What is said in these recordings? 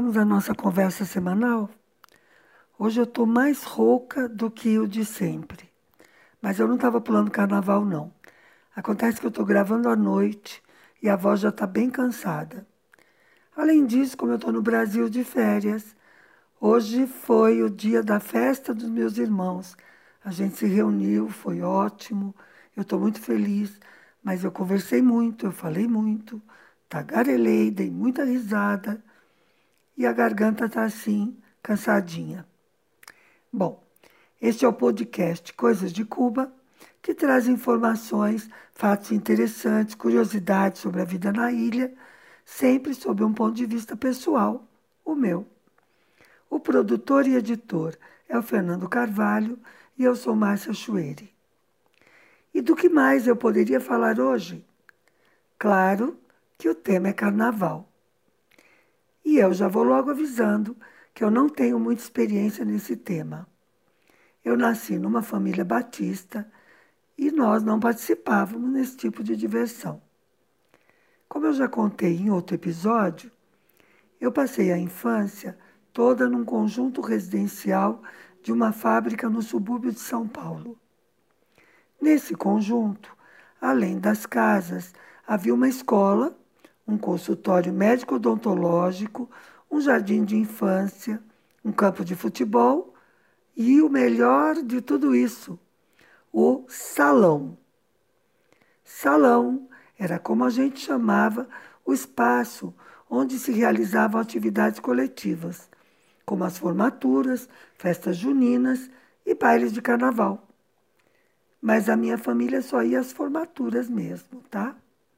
Vamos à nossa conversa semanal? Hoje eu estou mais rouca do que o de sempre. Mas eu não estava pulando carnaval, não. Acontece que eu estou gravando à noite e a voz já está bem cansada. Além disso, como eu estou no Brasil de férias, hoje foi o dia da festa dos meus irmãos. A gente se reuniu, foi ótimo. Eu estou muito feliz, mas eu conversei muito, eu falei muito, tagarelei, dei muita risada. E a garganta está assim, cansadinha. Bom, este é o podcast Coisas de Cuba, que traz informações, fatos interessantes, curiosidades sobre a vida na ilha, sempre sob um ponto de vista pessoal, o meu. O produtor e editor é o Fernando Carvalho e eu sou Márcia Chueri. E do que mais eu poderia falar hoje? Claro que o tema é carnaval. E eu já vou logo avisando que eu não tenho muita experiência nesse tema. Eu nasci numa família batista e nós não participávamos nesse tipo de diversão. Como eu já contei em outro episódio, eu passei a infância toda num conjunto residencial de uma fábrica no subúrbio de São Paulo. Nesse conjunto, além das casas, havia uma escola, um consultório médico-odontológico, um jardim de infância, um campo de futebol e o melhor de tudo isso, o salão. Salão era como a gente chamava o espaço onde se realizavam atividades coletivas, como as formaturas, festas juninas e bailes de carnaval. Mas a minha família só ia às formaturas mesmo, tá?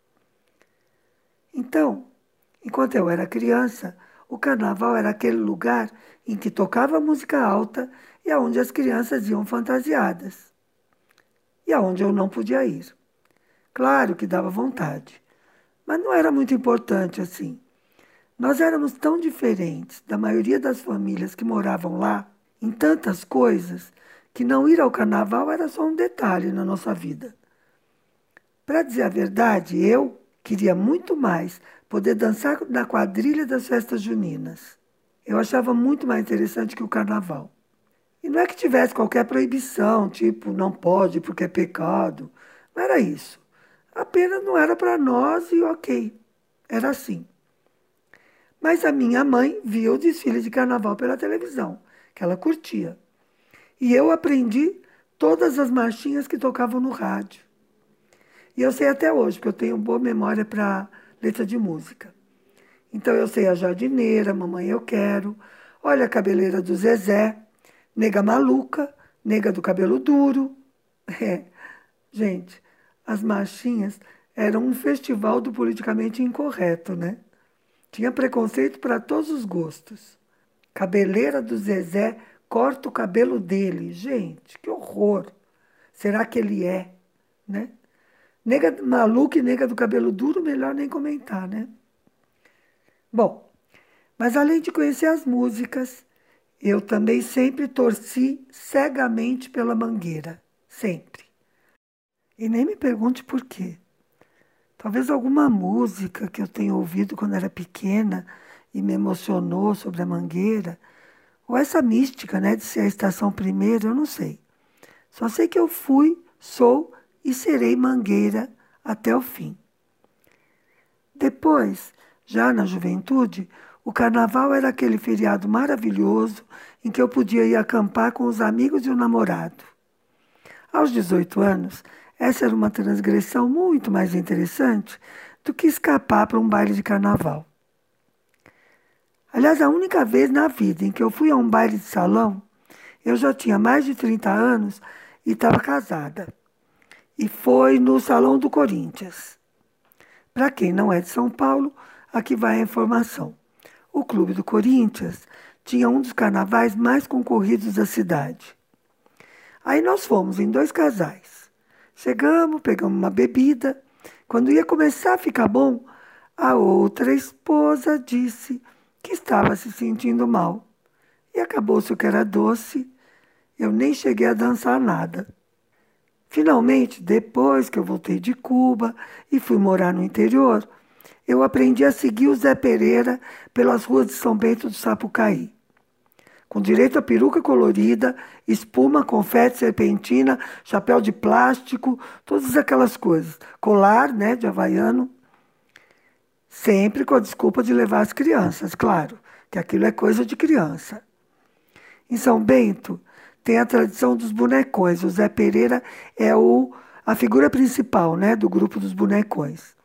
Então, enquanto eu era criança, o carnaval era aquele lugar em que tocava música alta e aonde as crianças iam fantasiadas. E aonde eu não podia ir. Claro que dava vontade, mas não era muito importante assim. Nós éramos tão diferentes da maioria das famílias que moravam lá, em tantas coisas, que não ir ao carnaval era só um detalhe na nossa vida. Para dizer a verdade, eu queria muito mais poder dançar na quadrilha das festas juninas. Eu achava muito mais interessante que o carnaval. E não é que tivesse qualquer proibição, tipo, não pode porque é pecado. Não era isso. Apenas não era para nós e ok. Era assim. Mas a minha mãe via o desfile de carnaval pela televisão, que ela curtia. E eu aprendi todas as marchinhas que tocavam no rádio. E eu sei até hoje, porque eu tenho boa memória para letra de música. Então eu sei a Jardineira, Mamãe Eu Quero, Olha a Cabeleira do Zezé, Nega Maluca, Nega do Cabelo Duro. É, gente, as marchinhas eram um festival do politicamente incorreto, né? Tinha preconceito para todos os gostos. Cabeleira do Zezé, corta o cabelo dele. Gente, que horror. Será que ele é, né? Nega maluca e nega do cabelo duro, melhor nem comentar, né? Bom, mas além de conhecer as músicas, eu também sempre torci cegamente pela Mangueira. Sempre. E nem me pergunte por quê. Talvez alguma música que eu tenha ouvido quando era pequena e me emocionou sobre a Mangueira, ou essa mística, né, de ser a estação primeira, eu não sei. Só sei que eu fui, sou e serei mangueira até o fim. Depois, já na juventude, o carnaval era aquele feriado maravilhoso em que eu podia ir acampar com os amigos e o namorado. Aos 18 anos, essa era uma transgressão muito mais interessante do que escapar para um baile de carnaval. Aliás, a única vez na vida em que eu fui a um baile de salão, eu já tinha mais de 30 anos e estava casada. E foi no Salão do Corinthians. Para quem não é de São Paulo, aqui vai a informação. O Clube do Corinthians tinha um dos carnavais mais concorridos da cidade. Aí nós fomos em 2 casais. Chegamos, pegamos uma bebida. Quando ia começar a ficar bom, a outra esposa disse que estava se sentindo mal. E acabou-se o que era doce. Eu nem cheguei a dançar nada. Finalmente, depois que eu voltei de Cuba e fui morar no interior, eu aprendi a seguir o Zé Pereira pelas ruas de São Bento do Sapucaí. Com direito a peruca colorida, espuma, confete, serpentina, chapéu de plástico, todas aquelas coisas. Colar, né, de havaiano. Sempre com a desculpa de levar as crianças, claro, que aquilo é coisa de criança. Em São Bento, tem a tradição dos bonecões. O Zé Pereira é a figura principal, né, do grupo dos bonecões.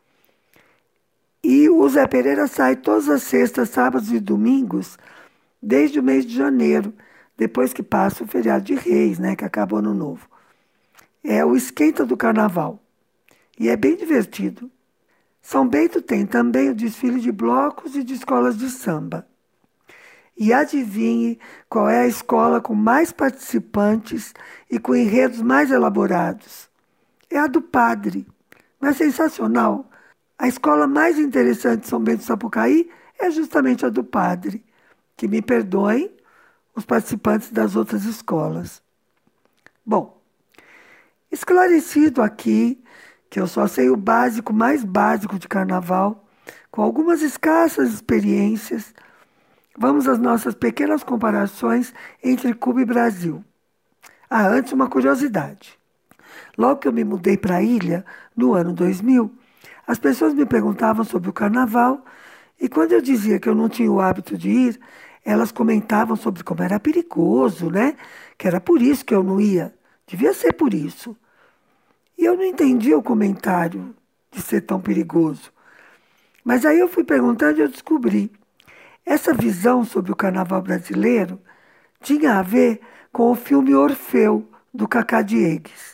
E o Zé Pereira sai todas as sextas, sábados e domingos, desde o mês de janeiro, depois que passa o feriado de Reis, né, que acaba o Ano Novo. É o esquenta do carnaval. E é bem divertido. São Bento tem também o desfile de blocos e de escolas de samba. E adivinhe qual é a escola com mais participantes e com enredos mais elaborados. É a do Padre. Não é sensacional? A escola mais interessante de São Bento do Sapucaí é justamente a do Padre. Que me perdoem os participantes das outras escolas. Bom, esclarecido aqui que eu só sei o básico, mais básico de carnaval, com algumas escassas experiências, vamos às nossas pequenas comparações entre Cuba e Brasil. Antes uma curiosidade. Logo que eu me mudei para a ilha, no ano 2000, as pessoas me perguntavam sobre o carnaval e quando eu dizia que eu não tinha o hábito de ir, elas comentavam sobre como era perigoso, né? Que era por isso que eu não ia. Devia ser por isso. E eu não entendia o comentário de ser tão perigoso. Mas aí eu fui perguntando e eu descobri. Essa visão sobre o carnaval brasileiro tinha a ver com o filme Orfeu, do Cacá Diegues.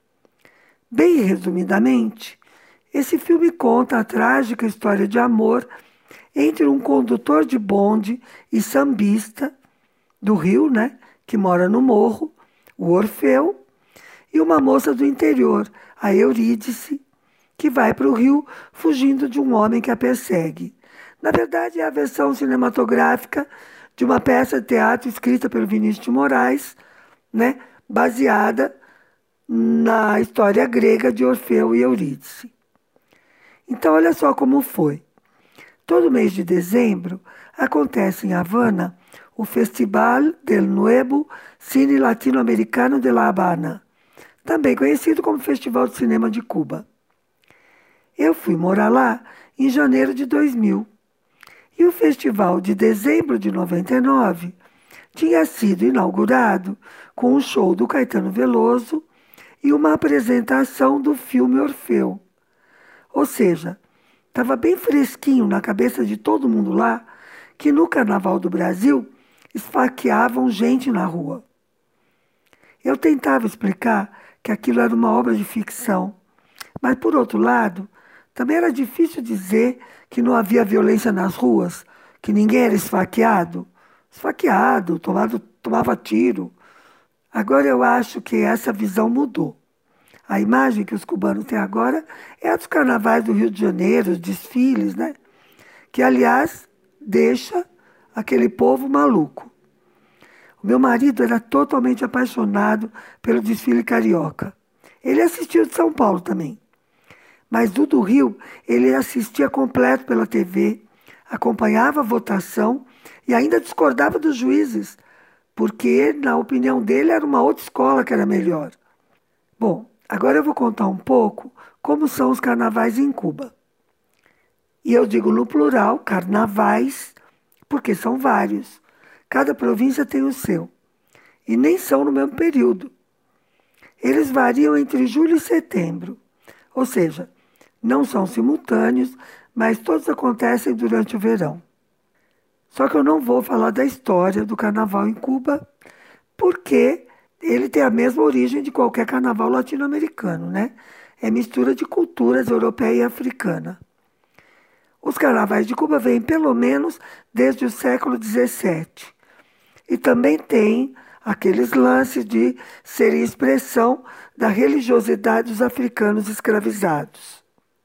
Bem resumidamente, esse filme conta a trágica história de amor entre um condutor de bonde e sambista do Rio, né, que mora no Morro, o Orfeu, e uma moça do interior, a Eurídice, que vai para o Rio fugindo de um homem que a persegue. Na verdade, é a versão cinematográfica de uma peça de teatro escrita pelo Vinícius de Moraes, né, baseada na história grega de Orfeu e Eurídice. Então, olha só como foi. Todo mês de dezembro acontece em Havana o Festival del Nuevo Cine Latino-Americano de La Habana, também conhecido como Festival de Cinema de Cuba. Eu fui morar lá em janeiro de 2000 e o festival de dezembro de 99 tinha sido inaugurado com um show do Caetano Veloso e uma apresentação do filme Orfeu. Ou seja, estava bem fresquinho na cabeça de todo mundo lá que no Carnaval do Brasil esfaqueavam gente na rua. Eu tentava explicar que aquilo era uma obra de ficção, mas, por outro lado, também era difícil dizer que não havia violência nas ruas, que ninguém era esfaqueado. Esfaqueado, tomava tiro. Agora eu acho que essa visão mudou. A imagem que os cubanos têm agora é a dos carnavais do Rio de Janeiro, os desfiles, né? Que, aliás, deixa aquele povo maluco. O meu marido era totalmente apaixonado pelo desfile carioca. Ele assistiu de São Paulo também. Mas do Rio, ele assistia completo pela TV, acompanhava a votação e ainda discordava dos juízes, porque, na opinião dele, era uma outra escola que era melhor. Bom, agora eu vou contar um pouco como são os carnavais em Cuba. E eu digo no plural, carnavais, porque são vários. Cada província tem o seu. E nem são no mesmo período. Eles variam entre julho e setembro. Ou seja, não são simultâneos, mas todos acontecem durante o verão. Só que eu não vou falar da história do carnaval em Cuba, porque ele tem a mesma origem de qualquer carnaval latino-americano, né? É mistura de culturas europeia e africana. Os carnavais de Cuba vêm pelo menos desde o século XVII. E também tem aqueles lances de serem expressão da religiosidade dos africanos escravizados.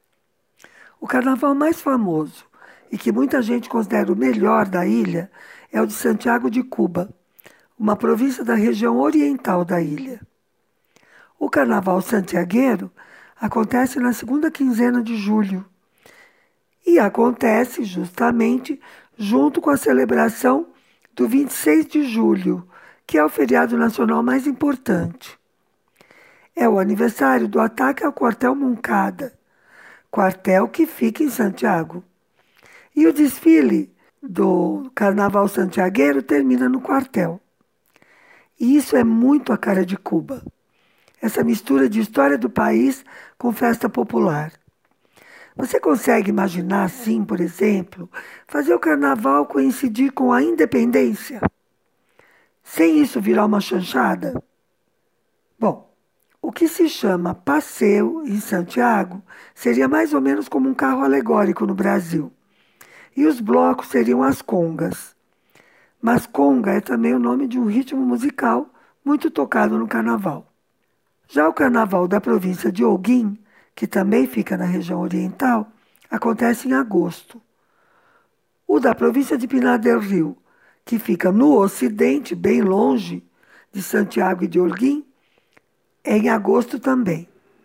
O carnaval mais famoso e que muita gente considera o melhor da ilha é o de Santiago de Cuba, uma província da região oriental da ilha. O carnaval santiagueiro acontece na segunda quinzena de julho E acontece justamente junto com a celebração do 26 de julho, que é o feriado nacional mais importante. É o aniversário do ataque ao quartel Moncada, quartel que fica em Santiago. E o desfile do Carnaval Santiagueiro termina no quartel. E isso é muito a cara de Cuba. Essa mistura de história do país com festa popular. Você consegue imaginar, assim, por exemplo, fazer o carnaval coincidir com a independência? Sem isso virar uma chanchada? Bom, o que se chama passeio em Santiago seria mais ou menos como um carro alegórico no Brasil. E os blocos seriam as congas. Mas conga é também o nome de um ritmo musical muito tocado no carnaval. Já o carnaval da província de Holguín, que também fica na região oriental, acontece em agosto. O da província de Pinar del Rio, que fica no ocidente, bem longe de Santiago e de Holguín, é em agosto também.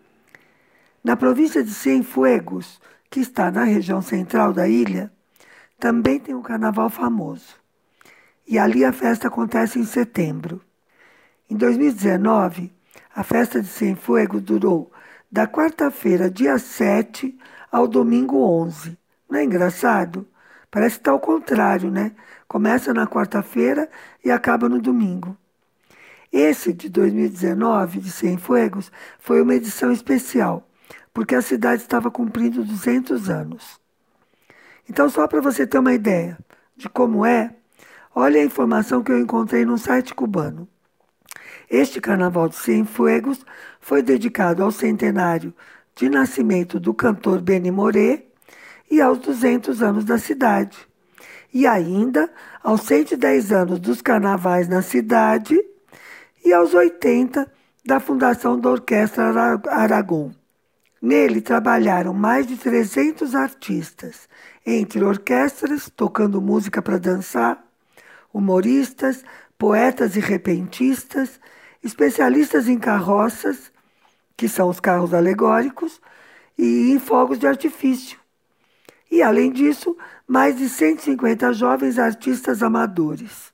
Na província de Cienfuegos, que está na região central da ilha, também tem um carnaval famoso. E ali a festa acontece em setembro. Em 2019, a festa de Cienfuegos durou da quarta-feira, dia 7, ao domingo 11. Não é engraçado? Parece que está ao contrário, né? Começa na quarta-feira e acaba no domingo. Esse de 2019, de Cienfuegos, foi uma edição especial, porque a cidade estava cumprindo 200 anos. Então, só para você ter uma ideia de como é, olha a informação que eu encontrei no site cubano. Este Carnaval de Cienfuegos foi dedicado ao centenário de nascimento do cantor Benny Moré e aos 200 anos da cidade. E ainda aos 110 anos dos carnavais na cidade e aos 80 da fundação da Orquestra Aragão. Nele trabalharam mais de 300 artistas, entre orquestras, tocando música para dançar, humoristas, poetas e repentistas, especialistas em carroças, que são os carros alegóricos, e em fogos de artifício. E, além disso, mais de 150 jovens artistas amadores.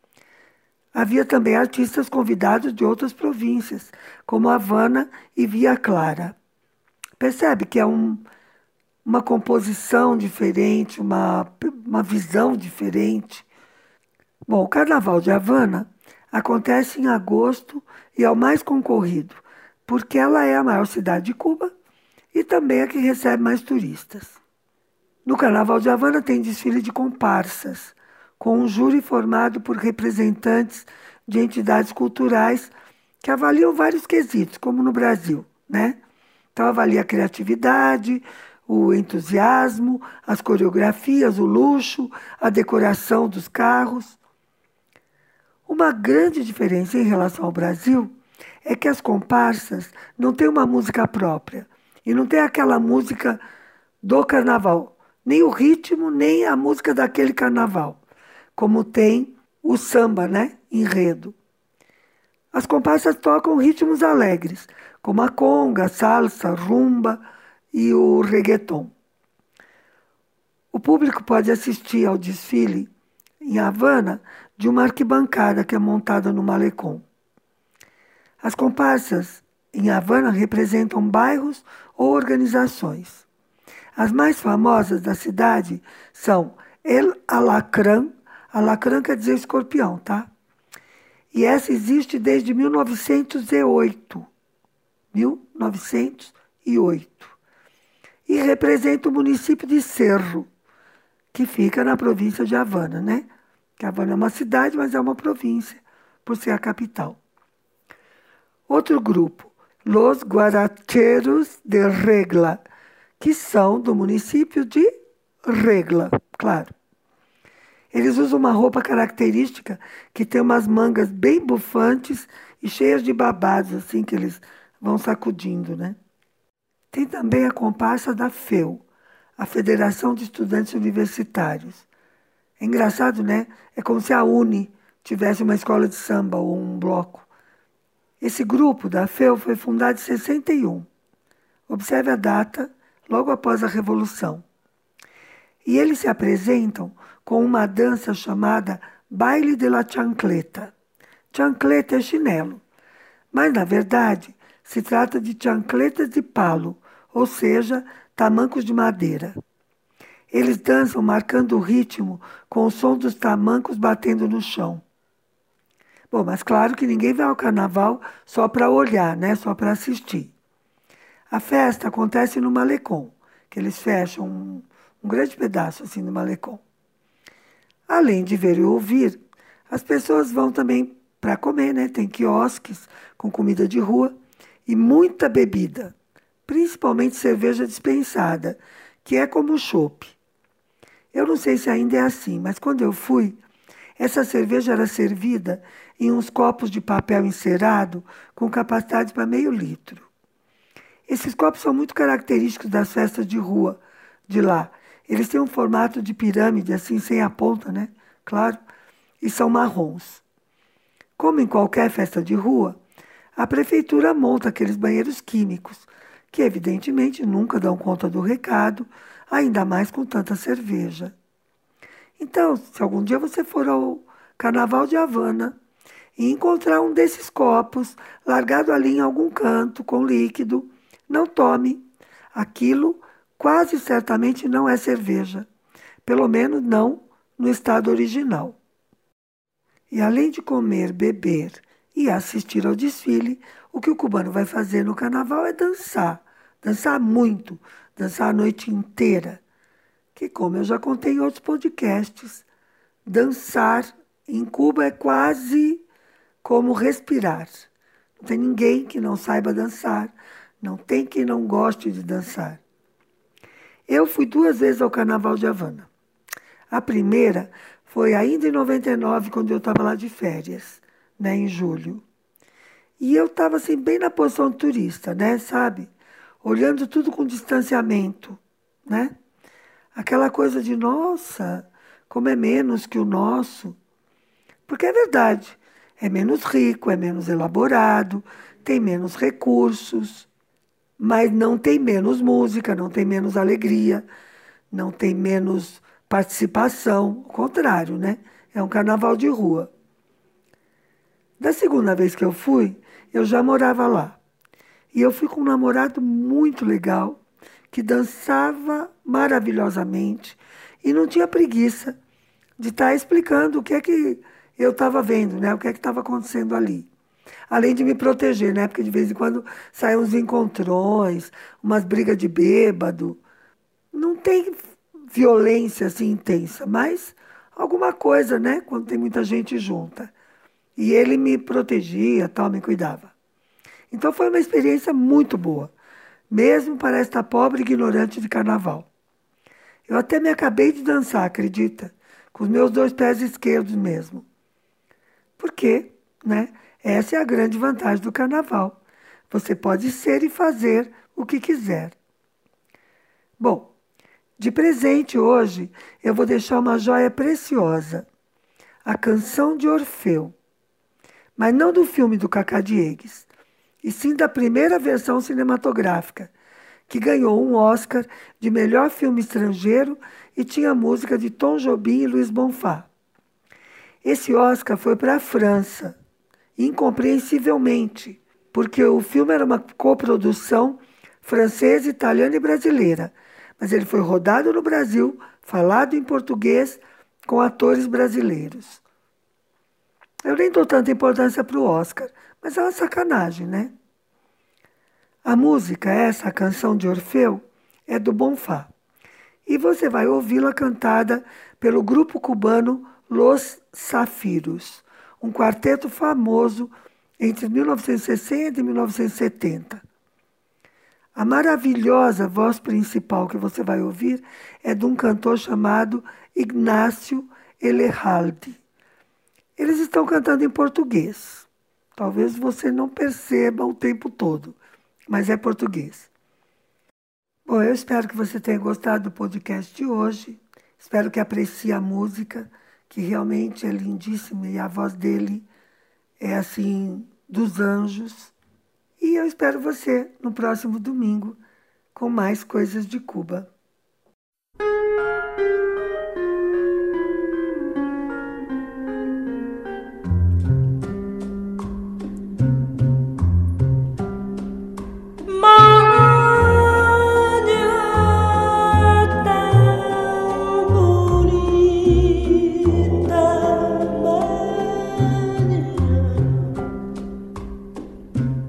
Havia também artistas convidados de outras províncias, como Havana e Via Clara. Percebe que é uma composição diferente, uma visão diferente. Bom, o Carnaval de Havana acontece em agosto e é o mais concorrido, porque ela é a maior cidade de Cuba e também a que recebe mais turistas. No Carnaval de Havana tem desfile de comparsas, com um júri formado por representantes de entidades culturais que avaliam vários quesitos, como no Brasil, né? Então avalia a criatividade, o entusiasmo, as coreografias, o luxo, a decoração dos carros. Uma grande diferença em relação ao Brasil é que as comparsas não têm uma música própria e não tem aquela música do carnaval, nem o ritmo, nem a música daquele carnaval, como tem o samba, né? Enredo. As comparsas tocam ritmos alegres, como a conga, a salsa, rumba e o reggaeton. O público pode assistir ao desfile em Havana de uma arquibancada que é montada no malecón. As comparsas em Havana representam bairros ou organizações. As mais famosas da cidade são El Alacrán. Alacrán quer dizer escorpião, tá? E essa existe desde 1908. 1908. E representa o município de Cerro, que fica na província de Havana, né? Que Havana é uma cidade, mas é uma província, por ser a capital. Outro grupo, Los Guaracheros de Regla, que são do município de Regla, claro. Eles usam uma roupa característica que tem umas mangas bem bufantes e cheias de babados, assim, que eles vão sacudindo, né? Tem também a comparsa da FEU, a Federação de Estudantes Universitários. É engraçado, né? É como se a UNE tivesse uma escola de samba ou um bloco. Esse grupo da FEU foi fundado em 61. Observe a data, logo após a Revolução. E eles se apresentam com uma dança chamada Baile de la Chancleta. Chancleta é chinelo, mas na verdade se trata de chancletas de palo, ou seja, tamancos de madeira. Eles dançam marcando o ritmo com o som dos tamancos batendo no chão. Bom, mas claro que ninguém vai ao carnaval só para olhar, né? Só para assistir. A festa acontece no Malecon, que eles fecham um grande pedaço assim no Malecon. Além de ver e ouvir, as pessoas vão também para comer, né? Tem quiosques com comida de rua e muita bebida, principalmente cerveja dispensada, que é como o chopp. Eu não sei se ainda é assim, mas quando eu fui, essa cerveja era servida em uns copos de papel encerado com capacidade para meio litro. Esses copos são muito característicos das festas de rua de lá. Eles têm um formato de pirâmide, assim, sem a ponta, né? Claro, e são marrons. Como em qualquer festa de rua, a prefeitura monta aqueles banheiros químicos, que evidentemente nunca dão conta do recado, ainda mais com tanta cerveja. Então, se algum dia você for ao Carnaval de Havana e encontrar um desses copos largado ali em algum canto com líquido, não tome. Aquilo quase certamente não é cerveja, pelo menos não no estado original. E além de comer, beber e assistir ao desfile, o que o cubano vai fazer no carnaval é dançar. Dançar muito, dançar a noite inteira. Que, como eu já contei em outros podcasts, dançar em Cuba é quase como respirar. Não tem ninguém que não saiba dançar, não tem quem não goste de dançar. Eu fui 2 vezes ao Carnaval de Havana. A primeira foi ainda em 99, quando eu estava lá de férias, né, em julho. E eu estava assim, bem na posição de turista, né, sabe? Olhando tudo com distanciamento, né? Aquela coisa de, nossa, como é menos que o nosso. Porque é verdade, é menos rico, é menos elaborado, tem menos recursos, mas não tem menos música, não tem menos alegria, não tem menos participação. Ao contrário, né? É um carnaval de rua. Da segunda vez que eu fui, eu já morava lá. E eu fui com um namorado muito legal, que dançava maravilhosamente e não tinha preguiça de estar explicando o que é que eu estava vendo, né? O que é que estava acontecendo ali. Além de me proteger, né? Porque de vez em quando saem uns encontrões, umas brigas de bêbado. Não tem violência assim intensa, mas alguma coisa, né? Quando tem muita gente junta. E ele me protegia, tal, me cuidava. Então foi uma experiência muito boa, mesmo para esta pobre ignorante de carnaval. Eu até me acabei de dançar, acredita? Com os meus 2 pés esquerdos mesmo. Porque, né? Essa é a grande vantagem do carnaval. Você pode ser e fazer o que quiser. Bom, de presente hoje eu vou deixar uma joia preciosa. A Canção de Orfeu. Mas não do filme do Cacá Diegues, e sim da primeira versão cinematográfica, que ganhou um Oscar de melhor filme estrangeiro e tinha música de Tom Jobim e Luiz Bonfá. Esse Oscar foi para a França, incompreensivelmente, porque o filme era uma coprodução francesa, italiana e brasileira, mas ele foi rodado no Brasil, falado em português, com atores brasileiros. Eu nem dou tanta importância para o Oscar, mas é uma sacanagem, né? A música, essa, a Canção de Orfeu, é do Bonfá. E você vai ouvi-la cantada pelo grupo cubano Los Zafiros, um quarteto famoso entre 1960 e 1970. A maravilhosa voz principal que você vai ouvir é de um cantor chamado Ignacio Elejalde. Eles estão cantando em português. Talvez você não perceba o tempo todo, mas é português. Bom, eu espero que você tenha gostado do podcast de hoje. Espero que aprecie a música, que realmente é lindíssima e a voz dele é assim dos anjos. E eu espero você no próximo domingo com mais coisas de Cuba.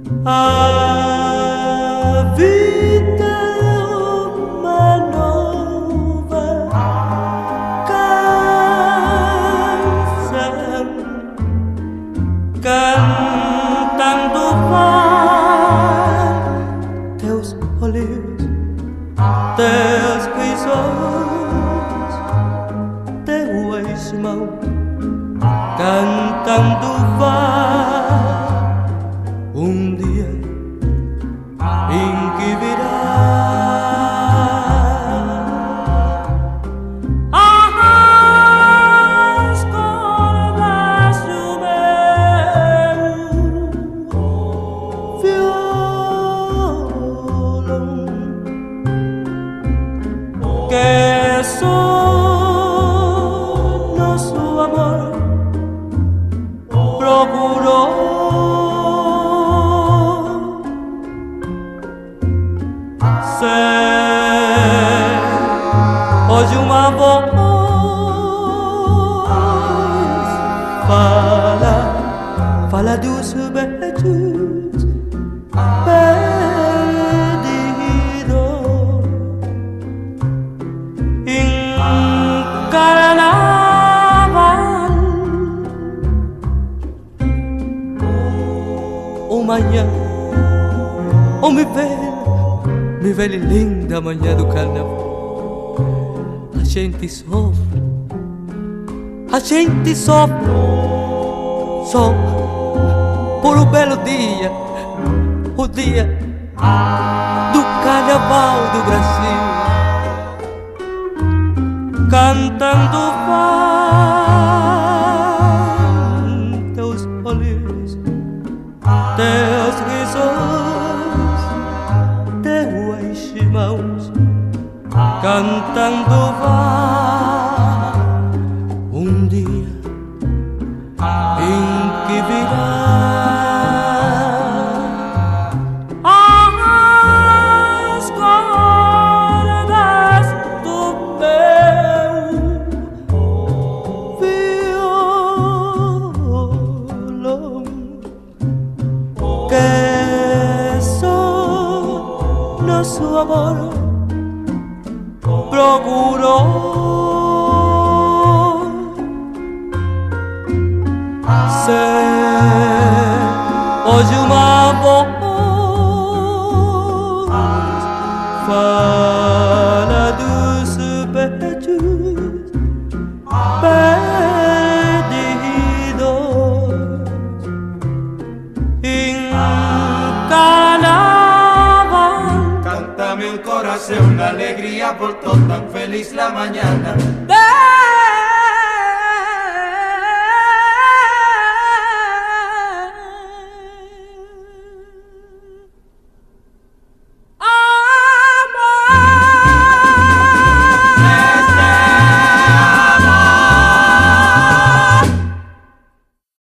A vida é uma nova canção, cantando vai teus olhos, teus risos, teus mãos, cantando vai dia em que virá as cordas do meu violão, que só nosso amor procurou. Hoje uma voz fala dos beijos perdidos em carnaval. Oh manhã, oh me vê linda manhã do carnaval. A gente sofre só por um belo dia, o dia do carnaval do Brasil, cantando vai teus olhos, teus risos, teus mãos, cantando vai dia em que virá as cordas do meu violão, que só nosso amor procurou. Hoje uma voz fala dos beijos perdidos em carnaval. Cántame un corazón, la alegría por todo tan feliz la mañana.